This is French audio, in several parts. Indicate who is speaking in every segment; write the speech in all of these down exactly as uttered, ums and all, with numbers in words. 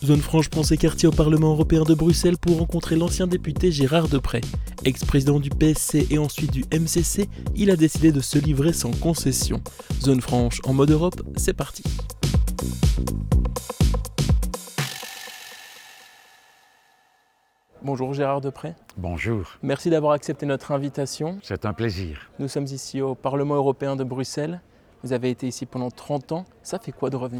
Speaker 1: Zone franche prend ses quartiers au Parlement européen de Bruxelles pour rencontrer l'ancien député Gérard Deprez. Ex-président du P S C et ensuite du M C C, il a décidé de se livrer sans concession. Zone franche en mode Europe, c'est parti. Bonjour Gérard Deprez.
Speaker 2: Bonjour.
Speaker 1: Merci d'avoir accepté notre invitation.
Speaker 2: C'est un plaisir.
Speaker 1: Nous sommes ici au Parlement européen de Bruxelles. Vous avez été ici pendant trente ans. Ça fait quoi de revenir ?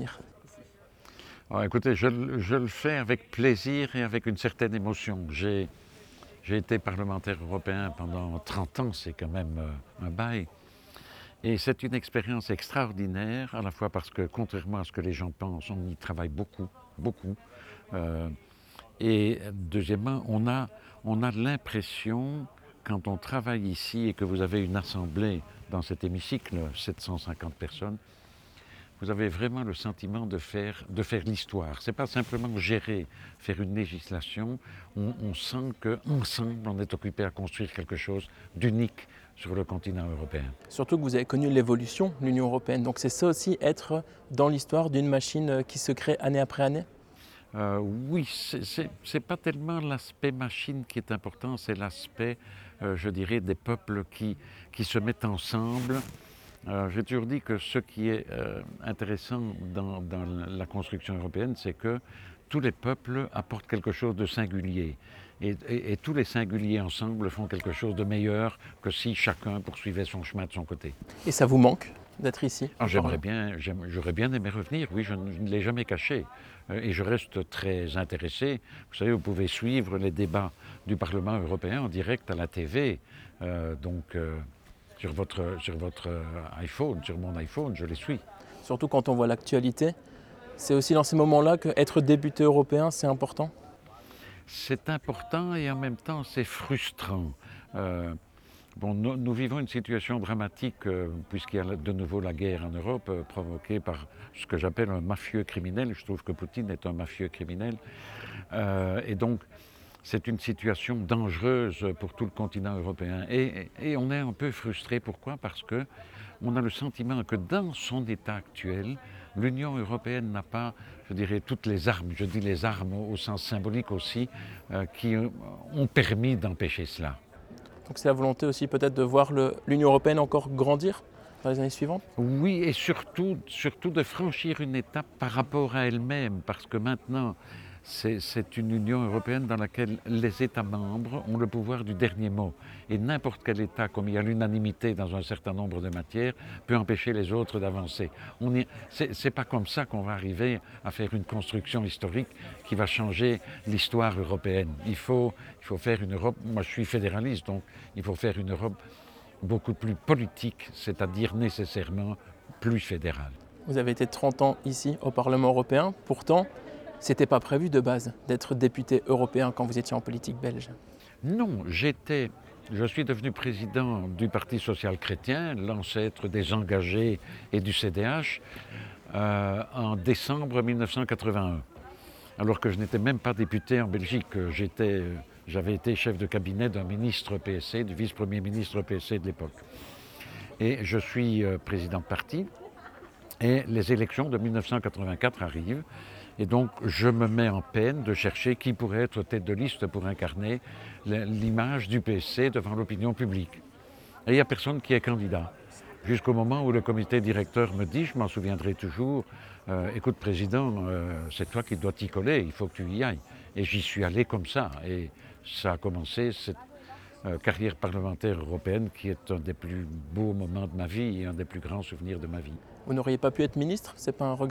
Speaker 2: Alors, écoutez, je, je le fais avec plaisir et avec une certaine émotion. J'ai, j'ai été parlementaire européen pendant trente ans, c'est quand même euh, un bail. Et c'est une expérience extraordinaire, à la fois parce que, contrairement à ce que les gens pensent, on y travaille beaucoup, beaucoup. Euh, et deuxièmement, on a, on a l'impression, quand on travaille ici et que vous avez une assemblée dans cet hémicycle, sept cent cinquante personnes, vous avez vraiment le sentiment de faire, de faire l'histoire. Ce n'est pas simplement gérer, faire une législation. On, on sent qu'ensemble, on est occupé à construire quelque chose d'unique sur le continent européen. Surtout
Speaker 1: que vous avez connu l'évolution de l'Union européenne. Donc c'est ça aussi, être dans l'histoire d'une machine qui se crée année après année ?
Speaker 2: euh, Oui, ce n'est pas tellement l'aspect machine qui est important, c'est l'aspect, euh, je dirais, des peuples qui, qui se mettent ensemble. Euh, j'ai toujours dit que ce qui est euh, intéressant dans, dans la construction européenne, c'est que tous les peuples apportent quelque chose de singulier. Et, et, et tous les singuliers ensemble font quelque chose de meilleur que si chacun poursuivait son chemin de son côté.
Speaker 1: Et ça vous manque d'être ici ?
Speaker 2: Ah, j'aimerais bien, j'aurais bien aimé revenir, oui, je ne, je ne l'ai jamais caché. Euh, et je reste très intéressé. Vous savez, vous pouvez suivre les débats du Parlement européen en direct à la T V. Euh, donc... Euh, Sur votre, sur votre iPhone, sur mon iPhone, je les suis.
Speaker 1: Surtout quand on voit l'actualité, c'est aussi dans ces moments-là qu'être député européen, c'est important ?
Speaker 2: C'est important et en même temps, c'est frustrant. Euh, bon, nous, nous vivons une situation dramatique, euh, puisqu'il y a de nouveau la guerre en Europe, euh, provoquée par ce que j'appelle un mafieux criminel. Je trouve que Poutine est un mafieux criminel. Euh, et donc, c'est une situation dangereuse pour tout le continent européen. Et, et on est un peu frustré. Pourquoi ? Parce qu'on a le sentiment que dans son état actuel, l'Union européenne n'a pas, je dirais, toutes les armes, je dis les armes au sens symbolique aussi, euh, qui ont permis d'empêcher cela.
Speaker 1: Donc c'est la volonté aussi peut-être de voir le, l'Union européenne encore grandir dans les années suivantes ?
Speaker 2: Oui, et surtout, surtout de franchir une étape par rapport à elle-même, parce que maintenant, C'est, c'est une Union européenne dans laquelle les États membres ont le pouvoir du dernier mot. Et n'importe quel État, comme il y a l'unanimité dans un certain nombre de matières, peut empêcher les autres d'avancer. On est, c'est, c'est pas comme ça qu'on va arriver à faire une construction historique qui va changer l'histoire européenne. Il faut, il faut faire une Europe, moi je suis fédéraliste, donc il faut faire une Europe beaucoup plus politique, c'est-à-dire nécessairement plus fédérale.
Speaker 1: Vous avez été trente ans ici au Parlement européen, pourtant, c'était pas prévu de base d'être député européen quand vous étiez en politique belge ?
Speaker 2: Non, j'étais, je suis devenu président du Parti social-chrétien, l'ancêtre des engagés et du C D H, euh, en décembre mille neuf cent quatre-vingt-un. Alors que je n'étais même pas député en Belgique, j'étais, j'avais été chef de cabinet d'un ministre P S C, du vice-premier ministre P S C de l'époque. Et je suis président de parti, et les élections de mille neuf cent quatre-vingt-quatre arrivent. Et donc, je me mets en peine de chercher qui pourrait être tête de liste pour incarner l'image du P S C devant l'opinion publique. Et il n'y a personne qui est candidat. Jusqu'au moment où le comité directeur me dit, je m'en souviendrai toujours, euh, écoute président, euh, c'est toi qui dois t'y coller, il faut que tu y ailles. Et j'y suis allé comme ça. Et ça a commencé cette euh, carrière parlementaire européenne qui est un des plus beaux moments de ma vie et un des plus grands souvenirs de ma vie.
Speaker 1: Vous n'auriez pas pu être ministre ? C'est pas un regret ?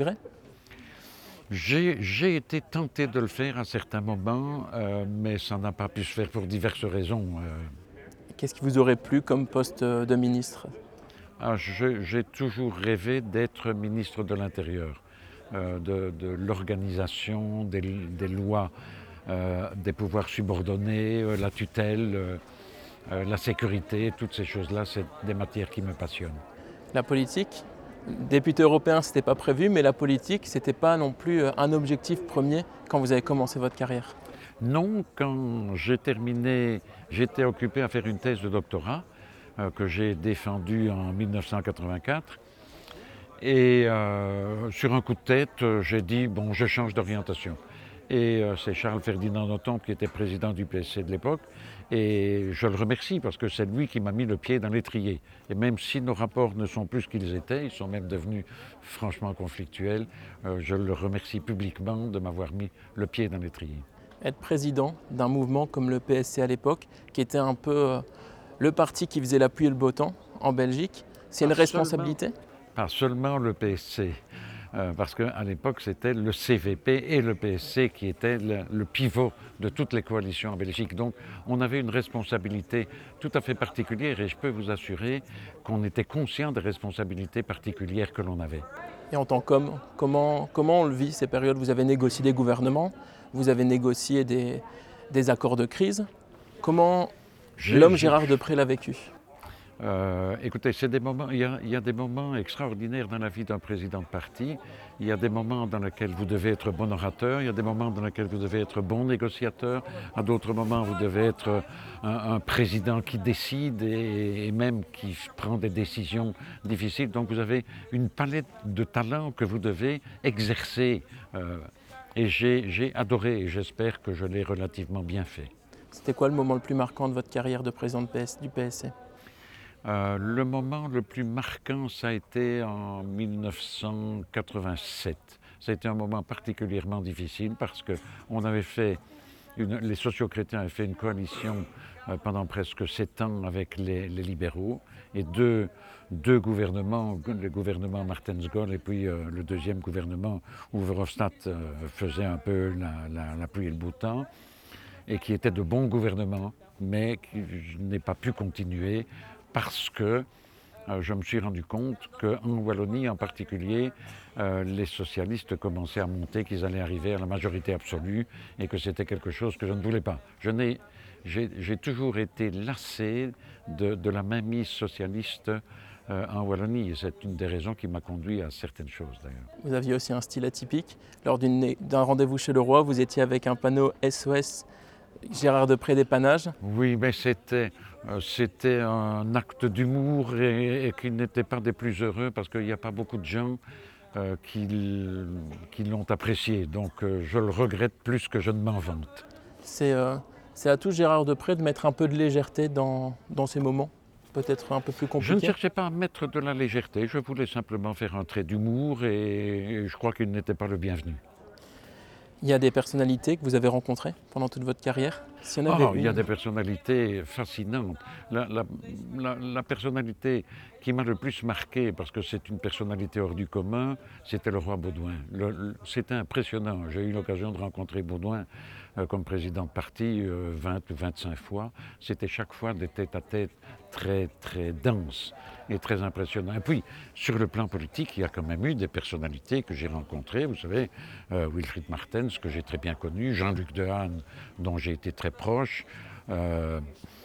Speaker 2: J'ai, j'ai été tenté de le faire à certains moments, euh, mais ça n'a pas pu se faire pour diverses raisons. Euh.
Speaker 1: Qu'est-ce qui vous aurait plu comme poste de ministre ?
Speaker 2: ah, je, J'ai toujours rêvé d'être ministre de l'Intérieur, euh, de, de l'organisation, des, des lois, euh, des pouvoirs subordonnés, euh, la tutelle, euh, euh, la sécurité, toutes ces choses-là, c'est des matières qui me passionnent.
Speaker 1: La politique ? Député européen, ce n'était pas prévu, mais la politique, ce n'était pas non plus un objectif premier quand vous avez commencé votre carrière ?
Speaker 2: Non, quand j'ai terminé, j'étais occupé à faire une thèse de doctorat euh, que j'ai défendue en mille neuf cent quatre-vingt-quatre. Et euh, sur un coup de tête, j'ai dit, bon, je change d'orientation. Et euh, c'est Charles Ferdinand Nothomb qui était président du P S C de l'époque. Et je le remercie parce que c'est lui qui m'a mis le pied dans l'étrier. Et même si nos rapports ne sont plus ce qu'ils étaient, ils sont même devenus franchement conflictuels, euh, je le remercie publiquement de m'avoir mis le pied dans l'étrier.
Speaker 1: Être président d'un mouvement comme le P S C à l'époque, qui était un peu euh, le parti qui faisait la pluie et le beau temps en Belgique, c'est une responsabilité ?
Speaker 2: Pas seulement le P S C. Euh, parce qu'à l'époque, c'était le C V P et le P S C qui étaient le, le pivot de toutes les coalitions en Belgique. Donc, on avait une responsabilité tout à fait particulière et je peux vous assurer qu'on était conscient des responsabilités particulières que l'on avait.
Speaker 1: Et en tant qu'homme, comment, comment on le vit ces périodes ? Vous avez négocié des gouvernements, vous avez négocié des, des accords de crise. Comment l'homme Gérard Deprez l'a vécu ?
Speaker 2: Euh, écoutez, c'est des moments, il y, a, il y a des moments extraordinaires dans la vie d'un président de parti. Il y a des moments dans lesquels vous devez être bon orateur, il y a des moments dans lesquels vous devez être bon négociateur, à d'autres moments vous devez être un, un président qui décide et, et même qui prend des décisions difficiles. Donc vous avez une palette de talents que vous devez exercer. Euh, et j'ai, j'ai adoré et j'espère que je l'ai relativement bien fait.
Speaker 1: C'était quoi le moment le plus marquant de votre carrière de président de P S, du P S C ?
Speaker 2: Euh, le moment le plus marquant, ça a été en mille neuf cent quatre-vingt-sept. Ça a été un moment particulièrement difficile parce que on avait fait, une, les sociaux-chrétiens avaient fait une coalition euh, pendant presque sept ans avec les, les libéraux et deux, deux gouvernements, le gouvernement Martens-Gaulle et puis euh, le deuxième gouvernement où Verhofstadt euh, faisait un peu la, la, la pluie et le beau temps et qui étaient de bons gouvernements, mais qui n'aient pas pu continuer parce que euh, je me suis rendu compte qu'en Wallonie en particulier, euh, les socialistes commençaient à monter, qu'ils allaient arriver à la majorité absolue et que c'était quelque chose que je ne voulais pas. Je n'ai, j'ai, j'ai toujours été lassé de, de la mainmise socialiste euh, en Wallonie et c'est une des raisons qui m'a conduit à certaines choses d'ailleurs.
Speaker 1: Vous aviez aussi un style atypique. Lors d'une, d'un rendez-vous chez le roi, vous étiez avec un panneau S O S Gérard Deprez dépannage.
Speaker 2: Oui, mais c'était, euh, c'était un acte d'humour et, et qui n'était pas des plus heureux parce qu'il n'y a pas beaucoup de gens euh, qui, qui l'ont apprécié. Donc euh, je le regrette plus que je ne m'en vante.
Speaker 1: C'est, euh, c'est à tout Gérard Deprez de mettre un peu de légèreté dans, dans ces moments, peut-être un peu plus compliqués.
Speaker 2: Je ne cherchais pas à mettre de la légèreté, je voulais simplement faire un trait d'humour et, et je crois qu'il n'était pas le bienvenu.
Speaker 1: Il y a des personnalités que vous avez rencontrées pendant toute votre carrière ? Si on avait
Speaker 2: Oh,
Speaker 1: une...
Speaker 2: il y a des personnalités fascinantes. La, la, la, la personnalité qui m'a le plus marqué, parce que c'est une personnalité hors du commun, c'était le roi Baudouin. Le, le, c'était impressionnant. J'ai eu l'occasion de rencontrer Baudouin euh, comme président de parti euh, vingt ou vingt-cinq fois. C'était chaque fois des tête-à-tête très, très denses et très impressionnants. Et puis, sur le plan politique, il y a quand même eu des personnalités que j'ai rencontrées. Vous savez, euh, Wilfried Martens, que j'ai très bien connu, Jean-Luc Dehaene, dont j'ai été très proche. Euh,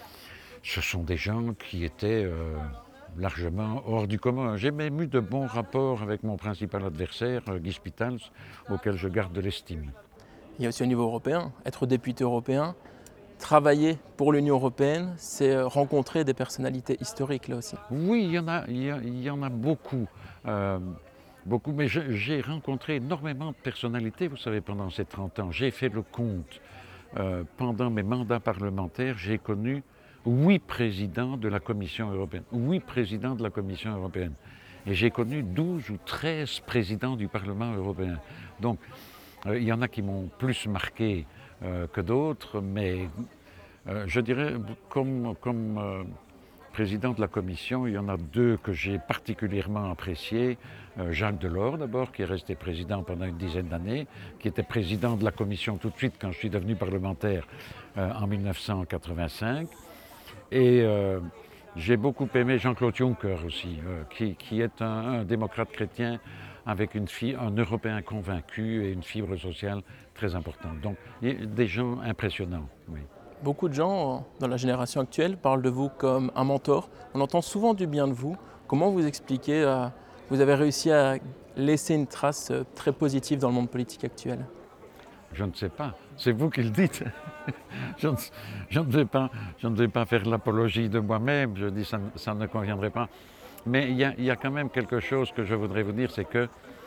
Speaker 2: ce sont des gens qui étaient euh, largement hors du commun. J'ai même eu de bons rapports avec mon principal adversaire, Guy Spitals, auquel je garde de l'estime.
Speaker 1: Il y a aussi au niveau européen, être député européen, travailler pour l'Union européenne, c'est rencontrer des personnalités historiques là aussi.
Speaker 2: Oui, il y en a, il y, a, il y en a beaucoup. Euh, beaucoup, mais je, j'ai rencontré énormément de personnalités, vous savez, pendant ces trente ans. J'ai fait le compte. Euh, pendant mes mandats parlementaires, j'ai connu huit présidents de la Commission européenne. Huit présidents de la Commission européenne. Et j'ai connu douze ou treize présidents du Parlement européen. Donc, euh, il y en a qui m'ont plus marqué euh, que d'autres, mais euh, je dirais, comme, comme euh, président de la Commission, il y en a deux que j'ai particulièrement appréciés. Euh, Jacques Delors, d'abord, qui est resté président pendant une dizaine d'années, qui était président de la Commission tout de suite quand je suis devenu parlementaire euh, en mille neuf cent quatre-vingt-cinq. Et euh, j'ai beaucoup aimé Jean-Claude Juncker aussi, euh, qui, qui est un, un démocrate chrétien avec une fi- un Européen convaincu et une fibre sociale très importante. Donc, il y a des gens impressionnants, oui.
Speaker 1: Beaucoup de gens dans la génération actuelle parlent de vous comme un mentor. On entend souvent du bien de vous. Comment vous expliquez euh, vous avez réussi à laisser une trace très positive dans le monde politique actuel ?
Speaker 2: Je ne sais pas. C'est vous qui le dites. je, ne, je, ne vais pas, je ne vais pas faire l'apologie de moi-même. Je dis que ça, ça ne conviendrait pas. Mais il y, a, il y a quand même quelque chose que je voudrais vous dire, c'est que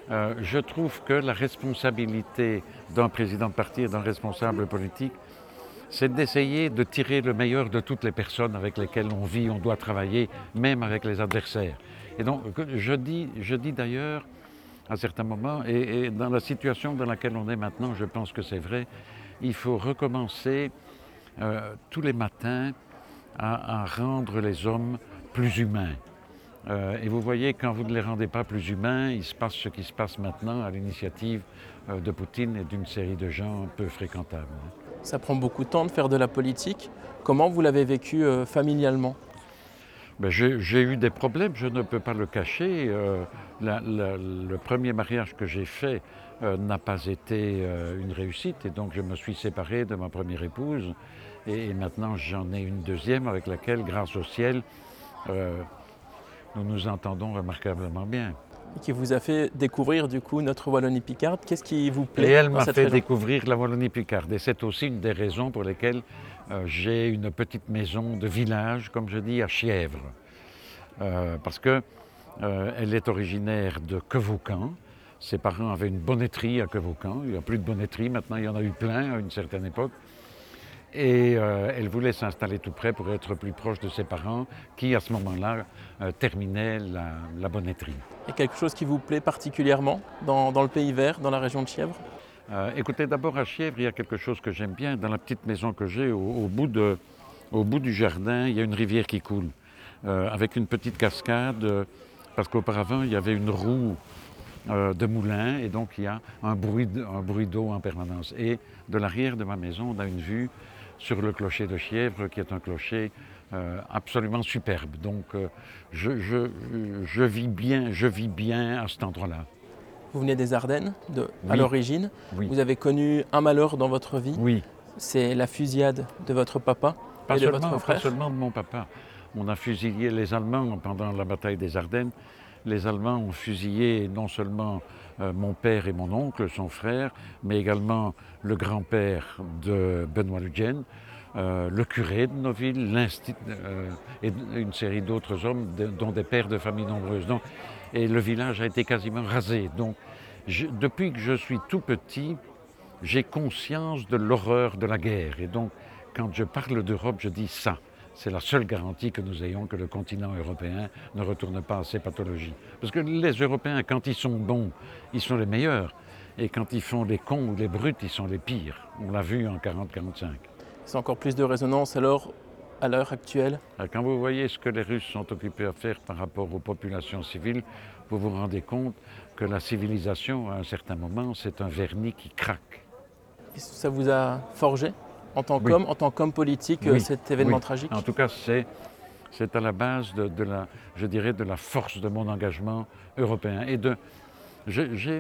Speaker 2: Euh, je trouve que la responsabilité d'un président de parti et d'un responsable politique, c'est d'essayer de tirer le meilleur de toutes les personnes avec lesquelles on vit, on doit travailler, même avec les adversaires. Et donc, je dis, je dis d'ailleurs, à certains moments, et, et dans la situation dans laquelle on est maintenant, je pense que c'est vrai, il faut recommencer euh, tous les matins à, à rendre les hommes plus humains. Euh, et vous voyez, quand vous ne les rendez pas plus humains, il se passe ce qui se passe maintenant à l'initiative euh, de Poutine et d'une série de gens peu fréquentables.
Speaker 1: Ça prend beaucoup de temps de faire de la politique. Comment vous l'avez vécu euh, familialement?
Speaker 2: Ben, j'ai, j'ai eu des problèmes, je ne peux pas le cacher. Euh, la, la, le premier mariage que j'ai fait euh, n'a pas été euh, une réussite et donc je me suis séparé de ma première épouse et, et maintenant j'en ai une deuxième avec laquelle, grâce au ciel, euh, nous nous entendons remarquablement bien.
Speaker 1: Et qui vous a fait découvrir du coup notre Wallonie-Picarde. Qu'est-ce qui vous plaît
Speaker 2: Et elle
Speaker 1: dans
Speaker 2: m'a
Speaker 1: cette
Speaker 2: fait
Speaker 1: région?
Speaker 2: découvrir la Wallonie-Picarde et c'est aussi une des raisons pour lesquelles euh, j'ai une petite maison de village, comme je dis, à Chièvres. Euh, parce que euh, elle est originaire de Quevaucan. Ses parents avaient une bonnetterie à Quevaucan. Il n'y a plus de bonnetterie, maintenant il y en a eu plein à une certaine époque. Et euh, elle voulait s'installer tout près pour être plus proche de ses parents, qui à ce moment-là euh, terminaient la, la bonnetterie.
Speaker 1: Il y a quelque chose qui vous plaît particulièrement dans, dans le Pays Vert, dans la région de Chièvres?
Speaker 2: Euh, écoutez, d'abord à Chièvres, il y a quelque chose que j'aime bien. Dans la petite maison que j'ai, au, au, bout de, au bout du jardin, il y a une rivière qui coule, euh, avec une petite cascade, euh, parce qu'auparavant, il y avait une roue euh, de moulin, et donc il y a un bruit, de, un bruit d'eau en permanence. Et de l'arrière de ma maison, on a une vue sur le clocher de Chièvres, qui est un clocher euh, absolument superbe. Donc euh, je, je, je, vis bien, je vis bien à cet endroit-là.
Speaker 1: Vous venez des Ardennes, de,
Speaker 2: oui.
Speaker 1: à l'origine.
Speaker 2: Oui.
Speaker 1: Vous avez connu un malheur dans votre vie.
Speaker 2: Oui.
Speaker 1: C'est la fusillade de votre papa
Speaker 2: pas
Speaker 1: et de
Speaker 2: seulement,
Speaker 1: votre frère.
Speaker 2: Pas seulement de mon papa. On a fusillé les Allemands pendant la bataille des Ardennes. Les Allemands ont fusillé non seulement euh, mon père et mon oncle, son frère, mais également le grand-père de Benoît Luguen, euh, le curé de nos villes, euh, et une série d'autres hommes, de, dont des pères de familles nombreuses. Donc, et le village a été quasiment rasé. Donc, je, depuis que je suis tout petit, j'ai conscience de l'horreur de la guerre. Et donc, quand je parle d'Europe, je dis ça. C'est la seule garantie que nous ayons que le continent européen ne retourne pas à ses pathologies. Parce que les Européens, quand ils sont bons, ils sont les meilleurs. Et quand ils font les cons ou les brutes, ils sont les pires. On l'a vu en quarante quarante-cinq.
Speaker 1: C'est encore plus de résonance alors à l'heure actuelle?
Speaker 2: Quand vous voyez ce que les Russes sont occupés à faire par rapport aux populations civiles, vous vous rendez compte que la civilisation, à un certain moment, c'est un vernis qui craque.
Speaker 1: Et ça vous a forgé en tant
Speaker 2: oui.
Speaker 1: qu'homme, en tant qu'homme politique,
Speaker 2: oui.
Speaker 1: cet événement
Speaker 2: oui.
Speaker 1: tragique?
Speaker 2: En tout cas, c'est, c'est à la base de, de la, je dirais, de la force de mon engagement européen. Et de, je, j'ai,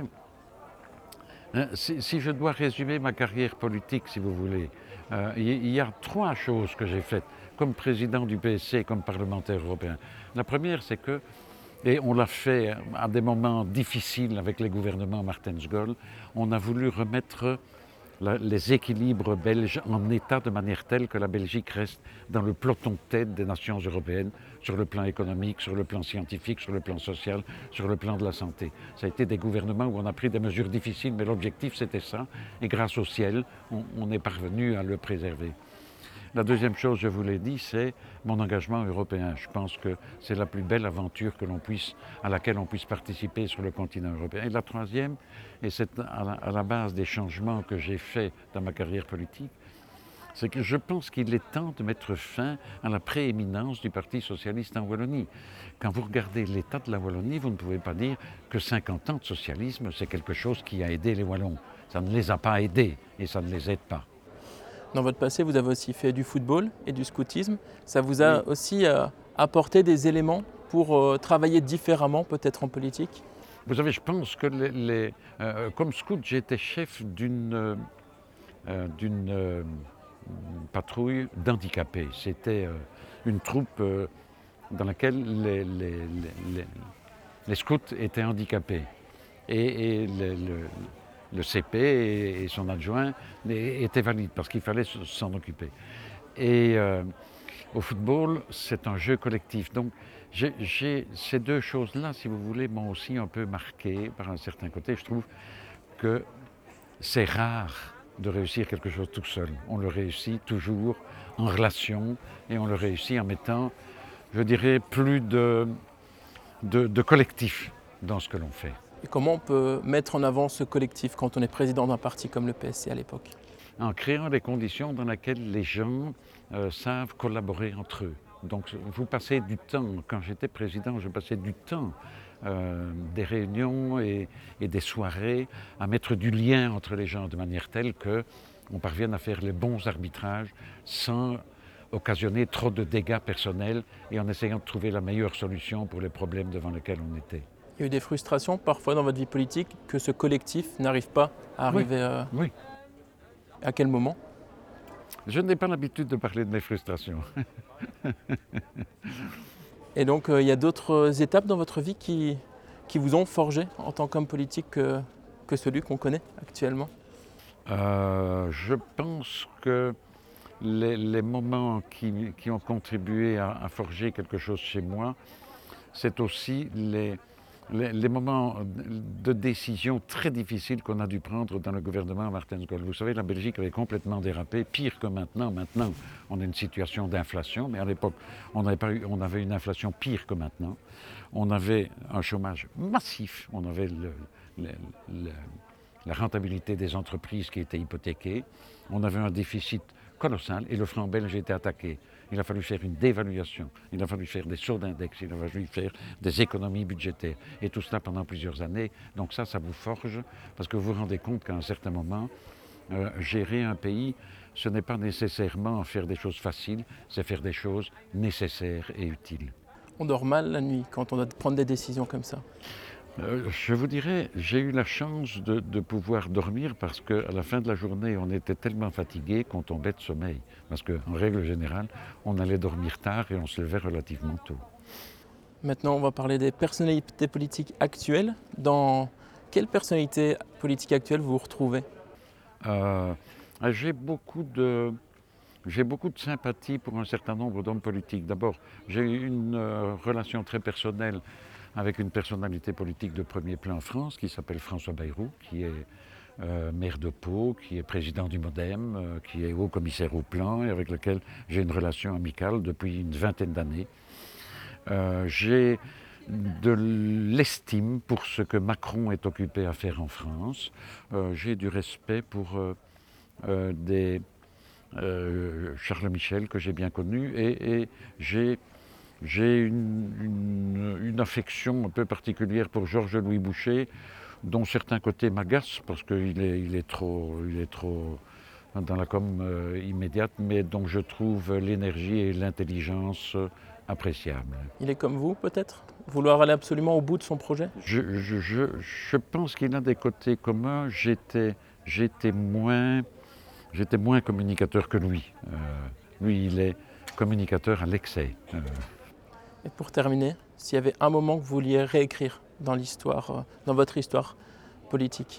Speaker 2: si, si je dois résumer ma carrière politique, si vous voulez, euh, il y a trois choses que j'ai faites comme président du P S C et comme parlementaire européen. La première, c'est que, et on l'a fait à des moments difficiles avec les gouvernements Martens-Goll, on a voulu remettre la, les équilibres belges en état de manière telle que la Belgique reste dans le peloton de tête des nations européennes sur le plan économique, sur le plan scientifique, sur le plan social, sur le plan de la santé. Ça a été des gouvernements où on a pris des mesures difficiles, mais l'objectif c'était ça, et grâce au ciel, on, on est parvenu à le préserver. La deuxième chose, je vous l'ai dit, c'est mon engagement européen. Je pense que c'est la plus belle aventure que l'on puisse, à laquelle on puisse participer sur le continent européen. Et la troisième, et c'est à la, à la base des changements que j'ai faits dans ma carrière politique, c'est que je pense qu'il est temps de mettre fin à la prééminence du Parti socialiste en Wallonie. Quand vous regardez l'état de la Wallonie, vous ne pouvez pas dire que cinquante ans de socialisme, c'est quelque chose qui a aidé les Wallons. Ça ne les a pas aidés et ça ne les aide pas.
Speaker 1: Dans votre passé, vous avez aussi fait du football et du scoutisme. Ça vous a
Speaker 2: oui.
Speaker 1: aussi euh, apporté des éléments pour euh, travailler différemment, peut-être en politique?
Speaker 2: Vous savez, je pense que les, les, euh, comme scout, j'étais chef d'une euh, d'une euh, patrouille d'handicapés. C'était euh, une troupe euh, dans laquelle les, les, les, les scouts étaient handicapés. Et, et le, le, le C P et son adjoint étaient valides parce qu'il fallait s'en occuper. Et euh, au football, c'est un jeu collectif. Donc, j'ai, j'ai- ces deux choses-là, si vous voulez, m'ont aussi un peu marqué par un certain côté. Je trouve que c'est rare de réussir quelque chose tout seul. On le réussit toujours en relation et on le réussit en mettant, je dirais, plus de, de, de collectif dans ce que l'on fait.
Speaker 1: Et comment on peut mettre en avant ce collectif quand on est président d'un parti comme le P S C à l'époque?
Speaker 2: En créant les conditions dans lesquelles les gens euh, savent collaborer entre eux. Donc vous passez du temps, quand j'étais président, je passais du temps, euh, des réunions et, et des soirées, à mettre du lien entre les gens de manière telle qu'on parvienne à faire les bons arbitrages sans occasionner trop de dégâts personnels et en essayant de trouver la meilleure solution pour les problèmes devant lesquels on était.
Speaker 1: Il y a eu des frustrations parfois dans votre vie politique que ce collectif n'arrive pas à arriver
Speaker 2: Oui,
Speaker 1: euh,
Speaker 2: oui.
Speaker 1: à quel moment?
Speaker 2: Je n'ai pas l'habitude de parler de mes frustrations.
Speaker 1: Et donc euh, il y a d'autres étapes dans votre vie qui, qui vous ont forgé en tant qu'homme politique que, que celui qu'on connaît actuellement?
Speaker 2: Euh, je pense que les, les moments qui, qui ont contribué à, à forger quelque chose chez moi, c'est aussi les, les, les moments de décision très difficiles qu'on a dû prendre dans le gouvernement Martens-Kool. Vous savez, la Belgique avait complètement dérapé, pire que maintenant. Maintenant, on a une situation d'inflation, mais à l'époque, on n'avait pas eu, on avait une inflation pire que maintenant. On avait un chômage massif, on avait le, le, le, la rentabilité des entreprises qui était hypothéquée, on avait un déficit colossal et le franc belge était attaqué. Il a fallu faire une dévaluation, il a fallu faire des sauts d'index, il a fallu faire des économies budgétaires. Et tout cela pendant plusieurs années. Donc ça, ça vous forge, parce que vous vous rendez compte qu'à un certain moment, euh, gérer un pays, ce n'est pas nécessairement faire des choses faciles, c'est faire des choses nécessaires et utiles.
Speaker 1: On dort mal la nuit quand on doit prendre des décisions comme ça.
Speaker 2: Euh, je vous dirais, j'ai eu la chance de, de pouvoir dormir parce qu'à la fin de la journée, on était tellement fatigué qu'on tombait de sommeil. Parce qu'en règle générale, on allait dormir tard et on se levait relativement tôt.
Speaker 1: Maintenant, on va parler des personnalités politiques actuelles. Dans quelle personnalité politique actuelle vous vous retrouvez?
Speaker 2: Euh, j'ai beaucoup de... J'ai beaucoup de sympathie pour un certain nombre d'hommes politiques. D'abord, j'ai eu une euh, relation très personnelle avec une personnalité politique de premier plan en France qui s'appelle François Bayrou, qui est euh, maire de Pau, qui est président du MoDem, euh, qui est haut commissaire au plan et avec lequel j'ai une relation amicale depuis une vingtaine d'années. Euh, j'ai de l'estime pour ce que Macron est occupé à faire en France. Euh, j'ai du respect pour euh, euh, des... Euh, Charles Michel, que j'ai bien connu, et, et j'ai, j'ai une, une, une affection un peu particulière pour Georges-Louis Boucher, dont certains côtés m'agacent, parce qu'il est, il est, trop, il est trop dans la com euh, immédiate, mais dont je trouve l'énergie et l'intelligence appréciables.
Speaker 1: Il est comme vous, peut-être? Vouloir aller absolument au bout de son projet?
Speaker 2: Je, je, je, je pense qu'il a des côtés communs. J'étais, j'étais moins... J'étais moins communicateur que lui. Euh, lui, il est communicateur à l'excès. Euh.
Speaker 1: Et pour terminer, s'il y avait un moment que vous vouliez réécrire dans l'histoire, dans votre histoire politique?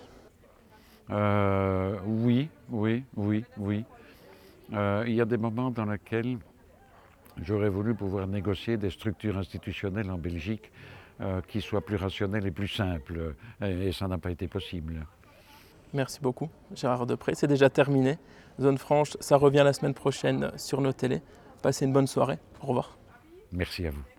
Speaker 2: Euh, oui, oui, oui, oui. Euh, il y a des moments dans lesquels j'aurais voulu pouvoir négocier des structures institutionnelles en Belgique euh, qui soient plus rationnelles et plus simples. Et, et ça n'a pas été possible.
Speaker 1: Merci beaucoup, Gérard Depré. C'est déjà terminé. Zone franche, ça revient la semaine prochaine sur nos télés. Passez une bonne soirée. Au revoir.
Speaker 2: Merci à vous.